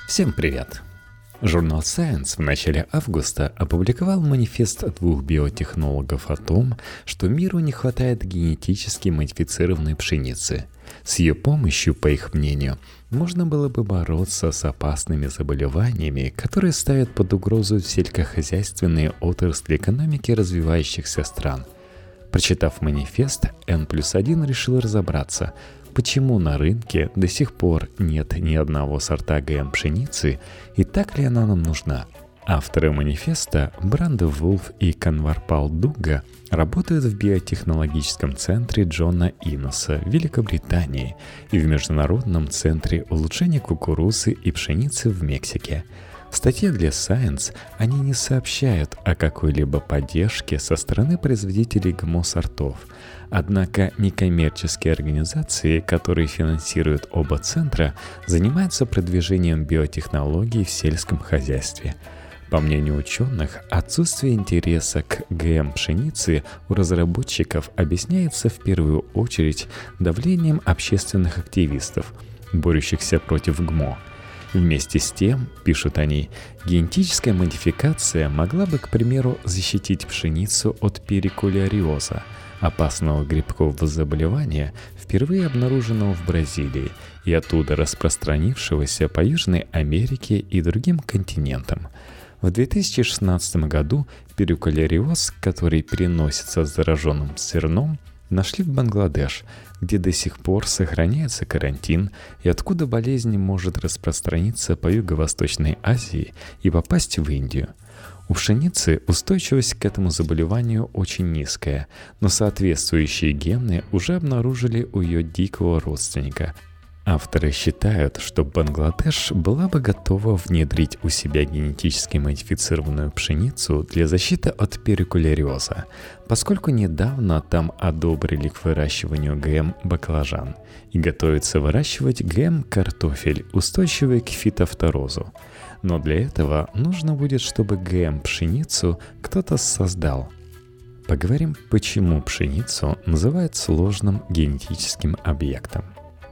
Всем привет! Журнал Science в начале августа опубликовал манифест двух биотехнологов о том, что миру не хватает генетически модифицированной пшеницы. С ее помощью, по их мнению, можно было бы бороться с опасными заболеваниями, которые ставят под угрозу сельскохозяйственные отрасли экономики развивающихся стран. Прочитав манифест, N+1 решил разобраться, почему на рынке до сих пор нет ни одного сорта ГМ-пшеницы и так ли она нам нужна. Авторы манифеста Бранда Вулф и Канварпал Дугга работают в биотехнологическом центре Джона Иннеса в Великобритании и в Международном центре улучшения кукурузы и пшеницы в Мексике. В статье для Science они не сообщают о какой-либо поддержке со стороны производителей ГМО-сортов. Однако некоммерческие организации, которые финансируют оба центра, занимаются продвижением биотехнологий в сельском хозяйстве. По мнению ученых, отсутствие интереса к ГМ-пшенице у разработчиков объясняется в первую очередь давлением общественных активистов, борющихся против ГМО. Вместе с тем, пишут они, генетическая модификация могла бы, к примеру, защитить пшеницу от перикулариоза, опасного грибкового заболевания, впервые обнаруженного в Бразилии и оттуда распространившегося по Южной Америке и другим континентам. В 2016 году перикулариоз, который переносится зараженным зерном, нашли в Бангладеш, где до сих пор сохраняется карантин и откуда болезнь может распространиться по Юго-Восточной Азии и попасть в Индию. У пшеницы устойчивость к этому заболеванию очень низкая, но соответствующие гены уже обнаружили у ее дикого родственника. Авторы считают, что Бангладеш была бы готова внедрить у себя генетически модифицированную пшеницу для защиты от перикулариоза, поскольку недавно там одобрили к выращиванию ГМ-баклажан и готовится выращивать ГМ-картофель, устойчивый к фитофторозу. Но для этого нужно будет, чтобы ГМ-пшеницу кто-то создал. Поговорим, почему пшеницу называют сложным генетическим объектом.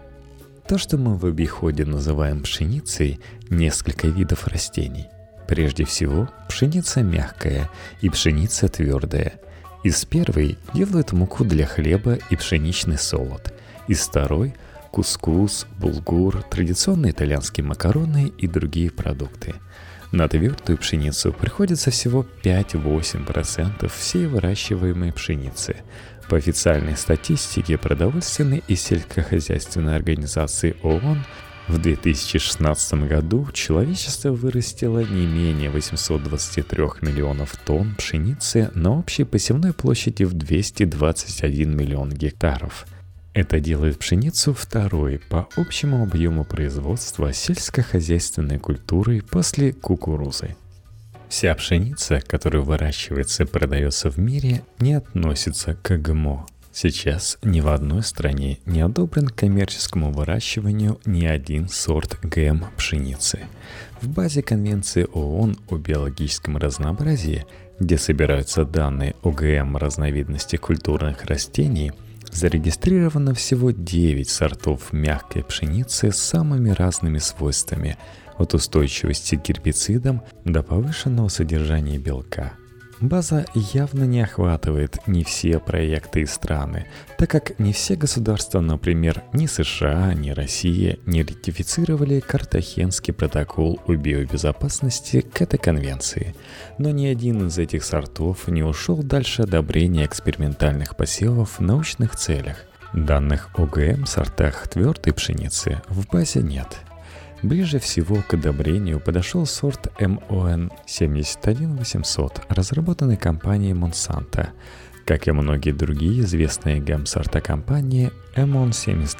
То, что мы в обиходе называем пшеницей, несколько видов растений. Прежде всего, пшеница мягкая и пшеница твердая. Из первой делают муку для хлеба и пшеничный солод. Из второй – кускус, булгур, традиционные итальянские макароны и другие продукты. На твердую пшеницу приходится всего 5-8% всей выращиваемой пшеницы. По официальной статистике Продовольственной и сельскохозяйственной организации ООН в 2016 году человечество вырастило не менее 823 миллионов тонн пшеницы на общей посевной площади в 221 миллион гектаров. Это делает пшеницу второй по общему объему производства сельскохозяйственной культуры после кукурузы. Вся пшеница, которая выращивается и продается в мире, не относится к ГМО. Сейчас ни в одной стране не одобрен к коммерческому выращиванию ни один сорт ГМ-пшеницы. В базе Конвенции ООН о биологическом разнообразии, где собираются данные о ГМ-разновидности культурных растений, зарегистрировано всего 9 сортов мягкой пшеницы с самыми разными свойствами, от устойчивости к гербицидам до повышенного содержания белка. База явно не охватывает не все проекты и страны, так как не все государства, например, ни США, ни Россия, не ратифицировали Картахенский протокол о биобезопасности к этой конвенции. Но ни один из этих сортов не ушел дальше одобрения экспериментальных посевов в научных целях. Данных о ГМ-сортах твердой пшеницы в базе нет. Ближе всего к одобрению подошел сорт MON 71800, разработанный компанией Monsanto. Как и многие другие известные ГМ-сорта компании, MON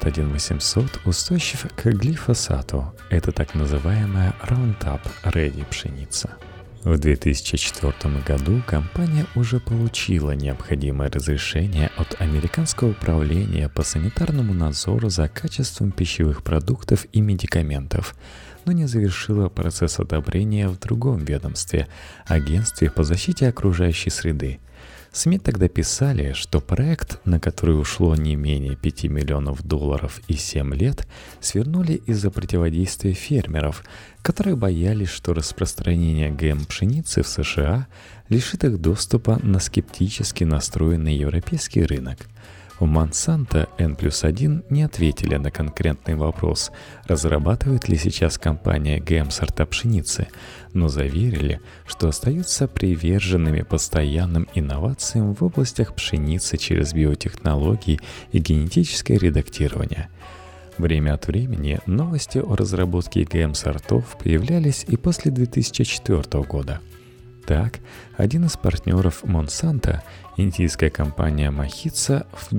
71800 устойчив к глифосату. Это так называемая Roundup Ready пшеница. В 2004 году компания уже получила необходимое разрешение от Американского управления по санитарному надзору за качеством пищевых продуктов и медикаментов, но не завершила процесс одобрения в другом ведомстве – Агентстве по защите окружающей среды. СМИ тогда писали, что проект, на который ушло не менее $5 миллионов и 7 лет, свернули из-за противодействия фермеров, которые боялись, что распространение ГМ-пшеницы в США лишит их доступа на скептически настроенный европейский рынок. В Monsanto N+1 не ответили на конкретный вопрос, разрабатывает ли сейчас компания ГМ-сорта пшеницы, но заверили, что остаются приверженными постоянным инновациям в областях пшеницы через биотехнологии и генетическое редактирование. Время от времени новости о разработке ГМ-сортов появлялись и после 2004 года. Так, один из партнеров Monsanto, индийская компания Mahitsa, в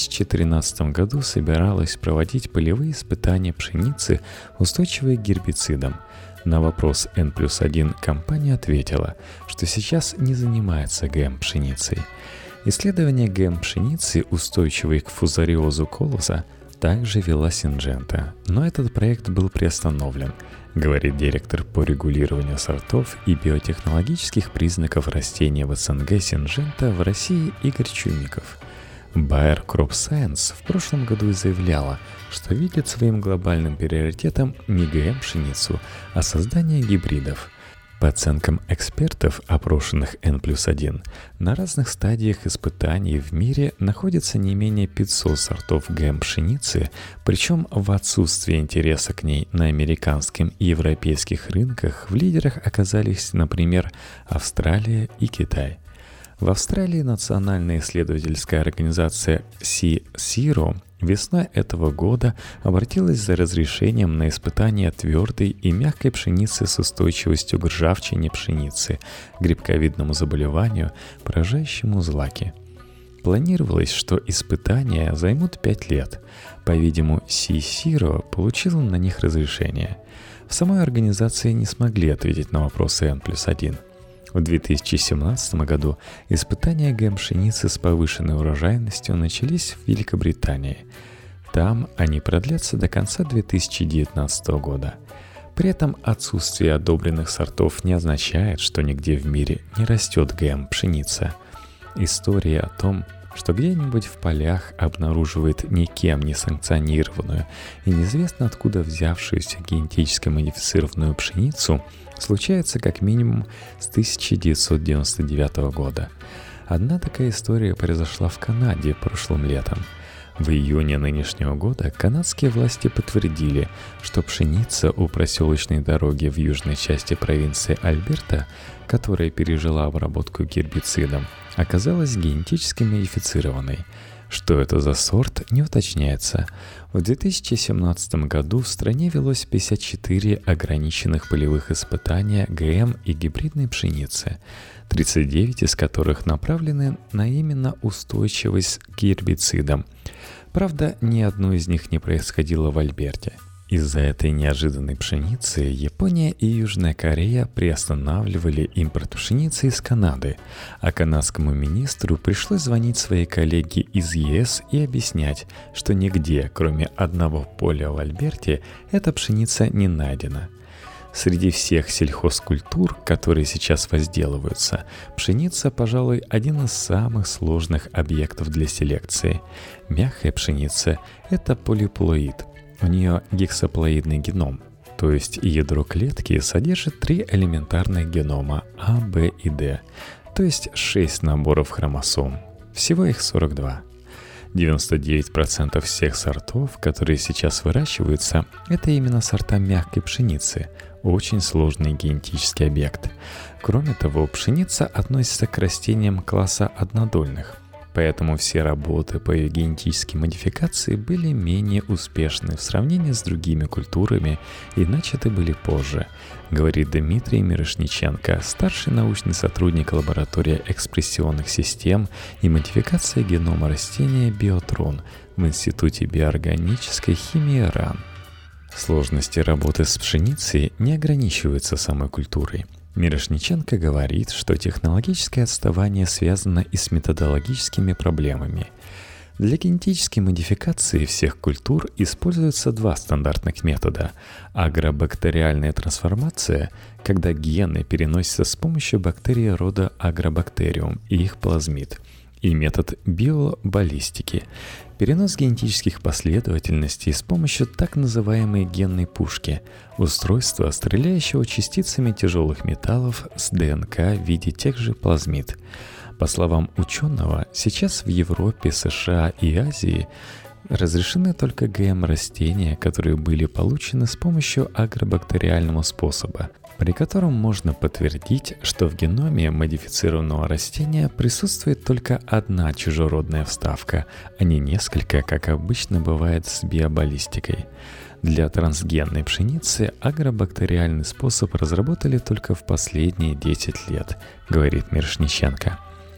2013 году собиралась проводить полевые испытания пшеницы, устойчивой к гербицидам. На вопрос N+1 компания ответила, что сейчас не занимается ГМ-пшеницей. Исследование ГМ-пшеницы, устойчивой к фузариозу колоса, также вела Синджента, но этот проект был приостановлен, говорит директор по регулированию сортов и биотехнологических признаков растений в СНГ Синджента в России Игорь Чумиков. Bayer Crop Science в прошлом году заявляла, что видит своим глобальным приоритетом не ГМ-пшеницу, а создание гибридов. По оценкам экспертов, опрошенных N+1, на разных стадиях испытаний в мире находится не менее 500 сортов ГМ-пшеницы, причем в отсутствие интереса к ней на американском и европейских рынках в лидерах оказались, например, Австралия и Китай. В Австралии национальная исследовательская организация CSIRO весной этого года обратилась за разрешением на испытание твердой и мягкой пшеницы с устойчивостью к ржавчине пшеницы, грибковидному заболеванию, поражающему злаки. Планировалось, что испытания займут 5 лет. По-видимому, CSIRO получила на них разрешение. В самой организации не смогли ответить на вопросы N+1. В 2017 году испытания ГМ-пшеницы с повышенной урожайностью начались в Великобритании. Там они продлятся до конца 2019 года. При этом отсутствие одобренных сортов не означает, что нигде в мире не растет ГМ-пшеница. История о том, что где-нибудь в полях обнаруживает никем не санкционированную и неизвестно откуда взявшуюся генетически модифицированную пшеницу, случается как минимум с 1999 года. Одна такая история произошла в Канаде прошлым летом. В июне нынешнего года канадские власти подтвердили, что пшеница у проселочной дороги в южной части провинции Альберта, которая пережила обработку гербицидом, оказалась генетически модифицированной. Что это за сорт, не уточняется. В 2017 году в стране велось 54 ограниченных полевых испытания ГМ и гибридной пшеницы, 39 из которых направлены на именно устойчивость к гербицидам. Правда, ни одно из них не происходило в Альберте. Из-за этой неожиданной пшеницы Япония и Южная Корея приостанавливали импорт пшеницы из Канады, а канадскому министру пришлось звонить своей коллеге из ЕС и объяснять, что нигде, кроме одного поля в Альберте, эта пшеница не найдена. Среди всех сельхозкультур, которые сейчас возделываются, пшеница, пожалуй, один из самых сложных объектов для селекции. Мягкая пшеница – это полиплоид. У нее гексаплоидный геном, то есть ядро клетки содержит 3 элементарных генома А, Б и Д, то есть 6 наборов хромосом. Всего их 42. 99% всех сортов, которые сейчас выращиваются, это именно сорта мягкой пшеницы, очень сложный генетический объект. Кроме того, пшеница относится к растениям класса однодольных. Поэтому все работы по ее генетической модификации были менее успешны в сравнении с другими культурами и начаты были позже, говорит Дмитрий Мирошниченко, старший научный сотрудник лаборатории экспрессионных систем и модификации генома растения «Биотрон» в Институте биоорганической химии РАН. Сложности работы с пшеницей не ограничиваются самой культурой. Мирошниченко говорит, что технологическое отставание связано и с методологическими проблемами. Для генетической модификации всех культур используются два стандартных метода. Агробактериальная трансформация, когда гены переносятся с помощью бактерий рода Агробактериум и их плазмид, и метод биобаллистики, перенос генетических последовательностей с помощью так называемой генной пушки, устройства, стреляющего частицами тяжелых металлов с ДНК в виде тех же плазмид. По словам ученого, сейчас в Европе, США и Азии разрешены только ГМ-растения, которые были получены с помощью агробактериального способа, при котором можно подтвердить, что в геноме модифицированного растения присутствует только одна чужеродная вставка, а не несколько, как обычно бывает с биобаллистикой. Для трансгенной пшеницы агробактериальный способ разработали только в последние 10 лет, говорит Мирошниченко.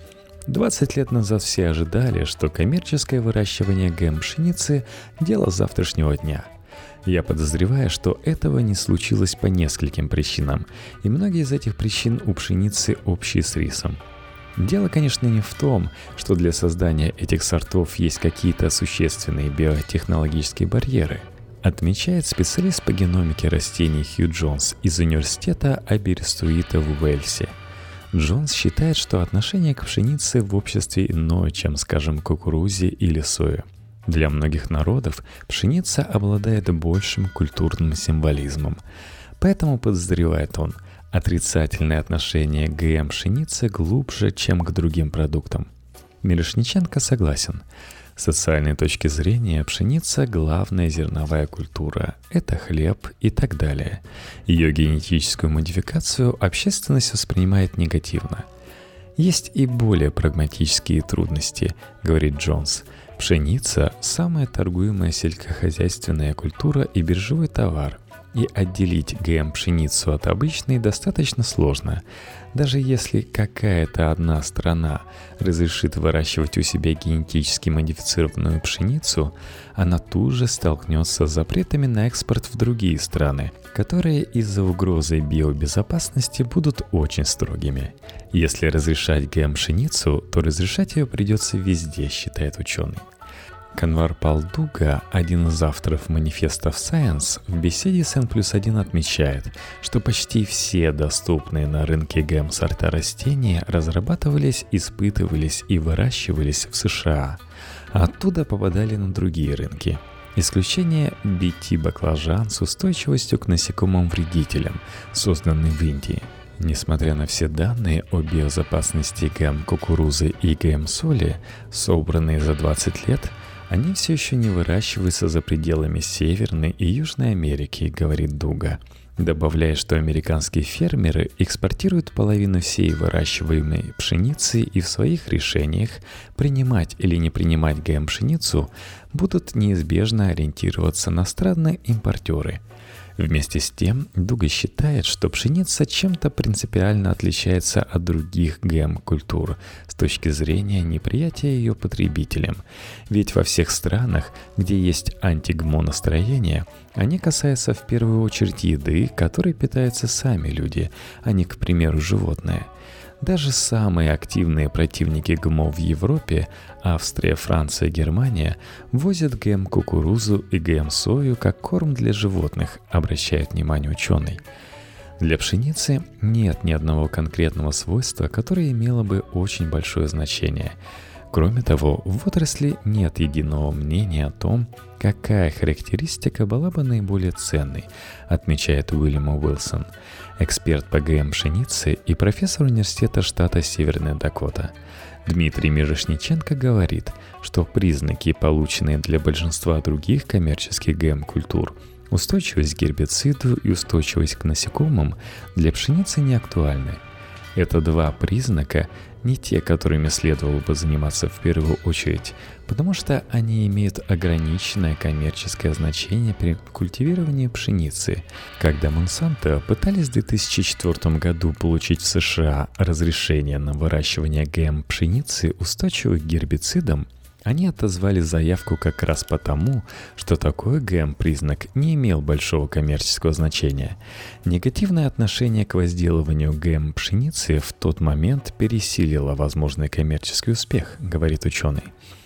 20 лет назад все ожидали, что коммерческое выращивание ГМ-пшеницы – дело завтрашнего дня. Я подозреваю, что этого не случилось по нескольким причинам, и многие из этих причин у пшеницы общие с рисом. Дело, конечно, не в том, что для создания этих сортов есть какие-то существенные биотехнологические барьеры, отмечает специалист по геномике растений Хью Джонс из университета Аберстуита в Уэльсе. Джонс считает, что отношение к пшенице в обществе иное, чем, скажем, к кукурузе или сое. Для многих народов пшеница обладает большим культурным символизмом. Поэтому, подозревает он, отрицательное отношение к ГМ-пшенице глубже, чем к другим продуктам. Мирошниченко согласен. С социальной точки зрения пшеница – главная зерновая культура, это хлеб и так далее. Ее генетическую модификацию общественность воспринимает негативно. Есть и более прагматические трудности, говорит Джонс. Пшеница – самая торгуемая сельскохозяйственная культура и биржевой товар. И отделить ГМ-пшеницу от обычной достаточно сложно. Даже если какая-то одна страна разрешит выращивать у себя генетически модифицированную пшеницу, она тут же столкнется с запретами на экспорт в другие страны, которые из-за угрозы биобезопасности будут очень строгими. Если разрешать ГМ-пшеницу, то разрешать ее придется везде, считает ученый. Канвар Пал-Дуга, один из авторов манифеста Science, в беседе с N+1 отмечает, что почти все доступные на рынке ГМ-сорта растения разрабатывались, испытывались и выращивались в США, а оттуда попадали на другие рынки. Исключение BT-баклажан с устойчивостью к насекомым-вредителям, созданный в Индии. Несмотря на все данные о биозапасности ГМ-кукурузы и ГМ-соли, собранные за 20 лет, они все еще не выращиваются за пределами Северной и Южной Америки, говорит Дуга, добавляя, что американские фермеры экспортируют половину всей выращиваемой пшеницы и в своих решениях принимать или не принимать ГМ-пшеницу будут неизбежно ориентироваться на странные импортеры. Вместе с тем, Дуга считает, что пшеница чем-то принципиально отличается от других ГМ-культур с точки зрения неприятия ее потребителям. Ведь во всех странах, где есть анти-ГМО-настроения, они касаются в первую очередь еды, которой питаются сами люди, а не, к примеру, животные. Даже самые активные противники ГМО в Европе – Австрия, Франция, Германия – возят ГМ-кукурузу и ГМ-сою как корм для животных, обращает внимание ученый. Для пшеницы нет ни одного конкретного свойства, которое имело бы очень большое значение. Кроме того, в отрасли нет единого мнения о том, какая характеристика была бы наиболее ценной, отмечает Уильям Уилсон, эксперт по ГМ-пшенице и профессор университета штата Северная Дакота. Дмитрий Мирошниченко говорит, что признаки, полученные для большинства других коммерческих ГМ-культур, устойчивость к гербициду и устойчивость к насекомым, для пшеницы не актуальны. Это два признака, не те, которыми следовало бы заниматься в первую очередь, потому что они имеют ограниченное коммерческое значение при культивировании пшеницы. Когда Монсанто пытались в 2004 году получить в США разрешение на выращивание ГМ-пшеницы, устойчивой к гербицидам, они отозвали заявку как раз потому, что такой ГМ-признак не имел большого коммерческого значения. Негативное отношение к возделыванию ГМ-пшеницы в тот момент пересилило возможный коммерческий успех, говорит ученый.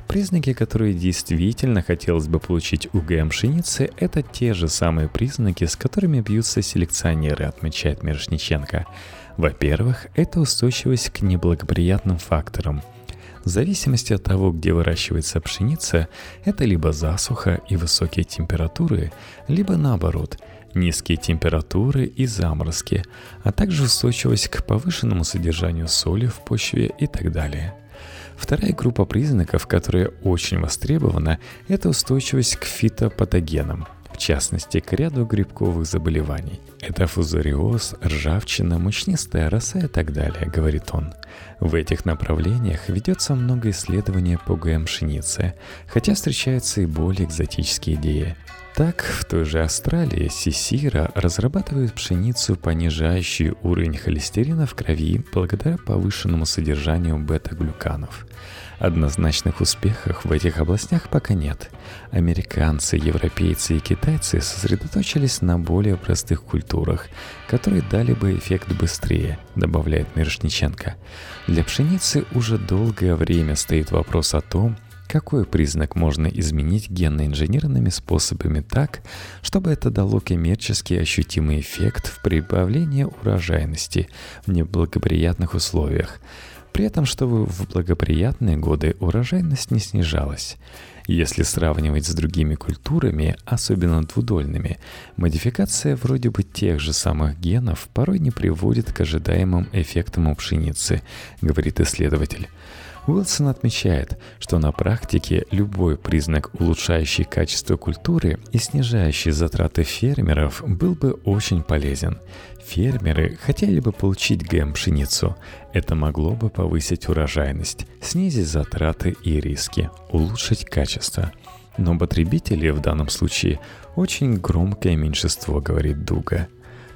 Признаки, которые действительно хотелось бы получить у ГМ-пшеницы, это те же самые признаки, с которыми бьются селекционеры, отмечает Мирошниченко. Во-первых, это устойчивость к неблагоприятным факторам. В зависимости от того, где выращивается пшеница, это либо засуха и высокие температуры, либо наоборот – низкие температуры и заморозки, а также устойчивость к повышенному содержанию соли в почве и так далее. Вторая группа признаков, которая очень востребована, это устойчивость к фитопатогенам, в частности, к ряду грибковых заболеваний. Это фузариоз, ржавчина, мучнистая роса и так далее, говорит он. В этих направлениях ведется много исследований по ГМ-пшенице, хотя встречаются и более экзотические идеи. Так, в той же Австралии Сисира разрабатывает пшеницу, понижающую уровень холестерина в крови благодаря повышенному содержанию бета-глюканов. Однозначных успехов в этих областях пока нет. Американцы, европейцы и китайцы сосредоточились на более простых культурах, которые дали бы эффект быстрее, добавляет Мирошниченко. Для пшеницы уже долгое время стоит вопрос о том, какой признак можно изменить генно-инженерными способами так, чтобы это дало коммерчески ощутимый эффект в прибавлении урожайности в неблагоприятных условиях, при этом чтобы в благоприятные годы урожайность не снижалась. Если сравнивать с другими культурами, особенно двудольными, модификация вроде бы тех же самых генов порой не приводит к ожидаемым эффектам у пшеницы, говорит исследователь. Уилсон отмечает, что на практике любой признак, улучшающий качество культуры и снижающий затраты фермеров, был бы очень полезен. Фермеры хотели бы получить ГМ-пшеницу. Это могло бы повысить урожайность, снизить затраты и риски, улучшить качество. Но потребители в данном случае очень громкое меньшинство, говорит Дуга.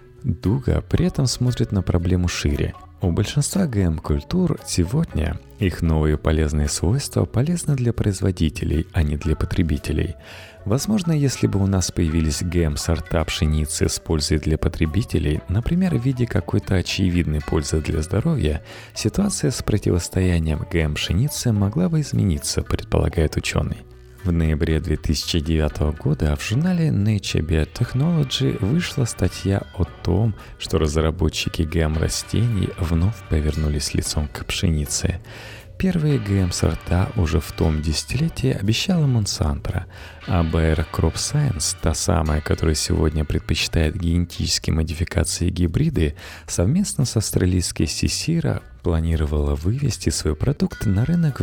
Дуга при этом смотрит на проблему шире. У большинства ГМ-культур сегодня их новые полезные свойства полезны для производителей, а не для потребителей. Возможно, если бы у нас появились ГМ-сорта пшеницы с пользой для потребителей, например, в виде какой-то очевидной пользы для здоровья, ситуация с противостоянием ГМ-пшеницы могла бы измениться, предполагает ученый. В ноябре 2009 года в журнале Nature Biotechnology вышла статья о том, что разработчики ГМ-растений вновь повернулись лицом к пшенице. Первые ГМ-сорта уже в том десятилетии обещала Monsanto, а Bayer Crop Science, та самая, которая сегодня предпочитает генетические модификации и гибриды, совместно с австралийской Sisira планировала вывести свой продукт на рынок в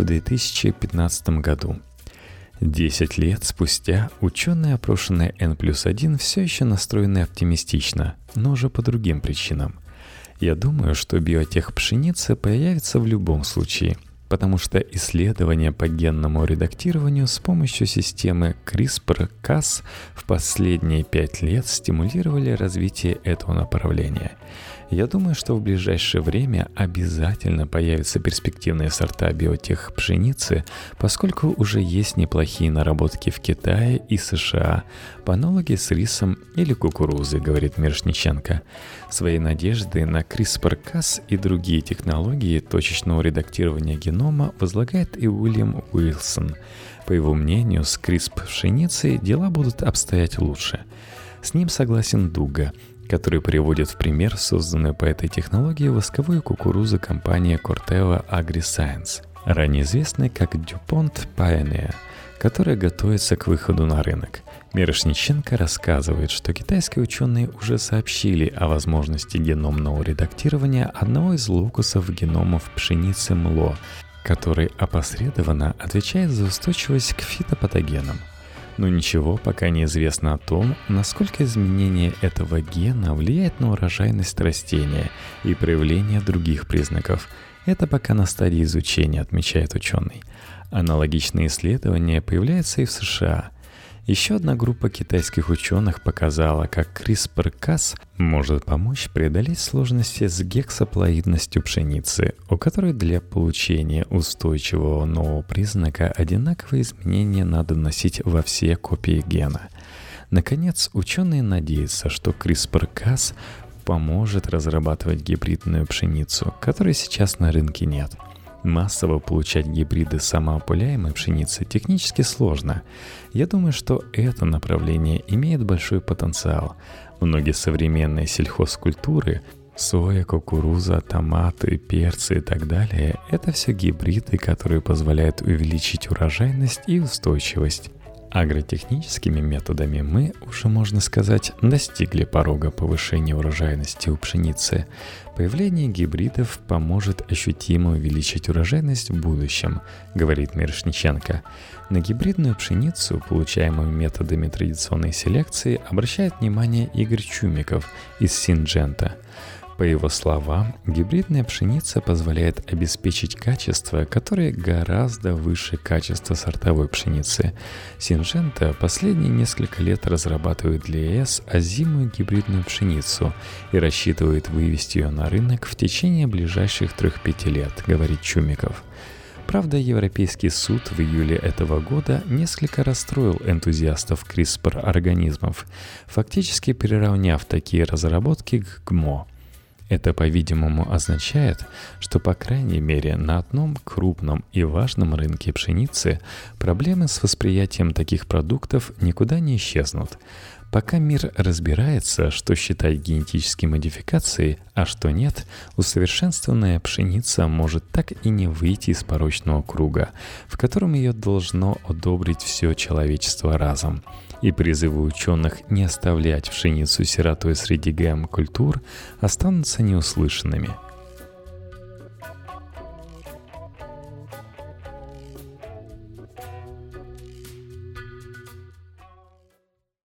2015 году. 10 лет спустя ученые, опрошенные N+1, все еще настроены оптимистично, но уже по другим причинам. Я думаю, что биотех-пшеница появится в любом случае, потому что исследования по генному редактированию с помощью системы CRISPR-Cas в последние 5 лет стимулировали развитие этого направления. Я думаю, что в ближайшее время обязательно появятся перспективные сорта биотех-пшеницы, поскольку уже есть неплохие наработки в Китае и США по аналогии с рисом или кукурузой, говорит Мирошниченко. Свои надежды на CRISPR-Cas и другие технологии точечного редактирования генома возлагает и Уильям Уилсон. По его мнению, с CRISPR-пшеницей дела будут обстоять лучше. С ним согласен Дуга, который приводит в пример созданную по этой технологии восковую кукурузу компании Corteva Agriscience, ранее известной как DuPont Pioneer, которая готовится к выходу на рынок. Мирошниченко рассказывает, что китайские ученые уже сообщили о возможности геномного редактирования одного из локусов геномов пшеницы МЛО, который опосредованно отвечает за устойчивость к фитопатогенам. Но ничего пока не известно о том, насколько изменение этого гена влияет на урожайность растения и проявление других признаков. Это пока на стадии изучения, отмечает ученый. Аналогичные исследования появляются и в США. Еще одна группа китайских ученых показала, как CRISPR-Cas может помочь преодолеть сложности с гексаплоидностью пшеницы, у которой для получения устойчивого нового признака одинаковые изменения надо вносить во все копии гена. Наконец, ученые надеются, что CRISPR-Cas поможет разрабатывать гибридную пшеницу, которой сейчас на рынке нет. Массово получать гибриды самоопыляемой пшеницы технически сложно. Я думаю, что это направление имеет большой потенциал. Многие современные сельхозкультуры — соя, кукуруза, томаты, перцы и так далее — это все гибриды, которые позволяют увеличить урожайность и устойчивость. Агротехническими методами мы уже, можно сказать, достигли порога повышения урожайности у пшеницы. Появление гибридов поможет ощутимо увеличить урожайность в будущем, говорит Мирошниченко. На гибридную пшеницу, получаемую методами традиционной селекции, обращает внимание Игорь Чумиков из Синджента. По его словам, гибридная пшеница позволяет обеспечить качество, которое гораздо выше качества сортовой пшеницы. Синджента последние несколько лет разрабатывает для ЕС озимую гибридную пшеницу и рассчитывает вывести ее на рынок в течение ближайших 3-5 лет, говорит Чумиков. Правда, Европейский суд в июле этого года несколько расстроил энтузиастов CRISPR-организмов, фактически приравняв такие разработки к ГМО. Это, по-видимому, означает, что, по крайней мере, на одном крупном и важном рынке пшеницы проблемы с восприятием таких продуктов никуда не исчезнут. Пока мир разбирается, что считать генетической модификацией, а что нет, усовершенствованная пшеница может так и не выйти из порочного круга, в котором ее должно одобрить все человечество разом. И призывы ученых не оставлять пшеницу сиротой среди ГМ-культур останутся неуслышанными.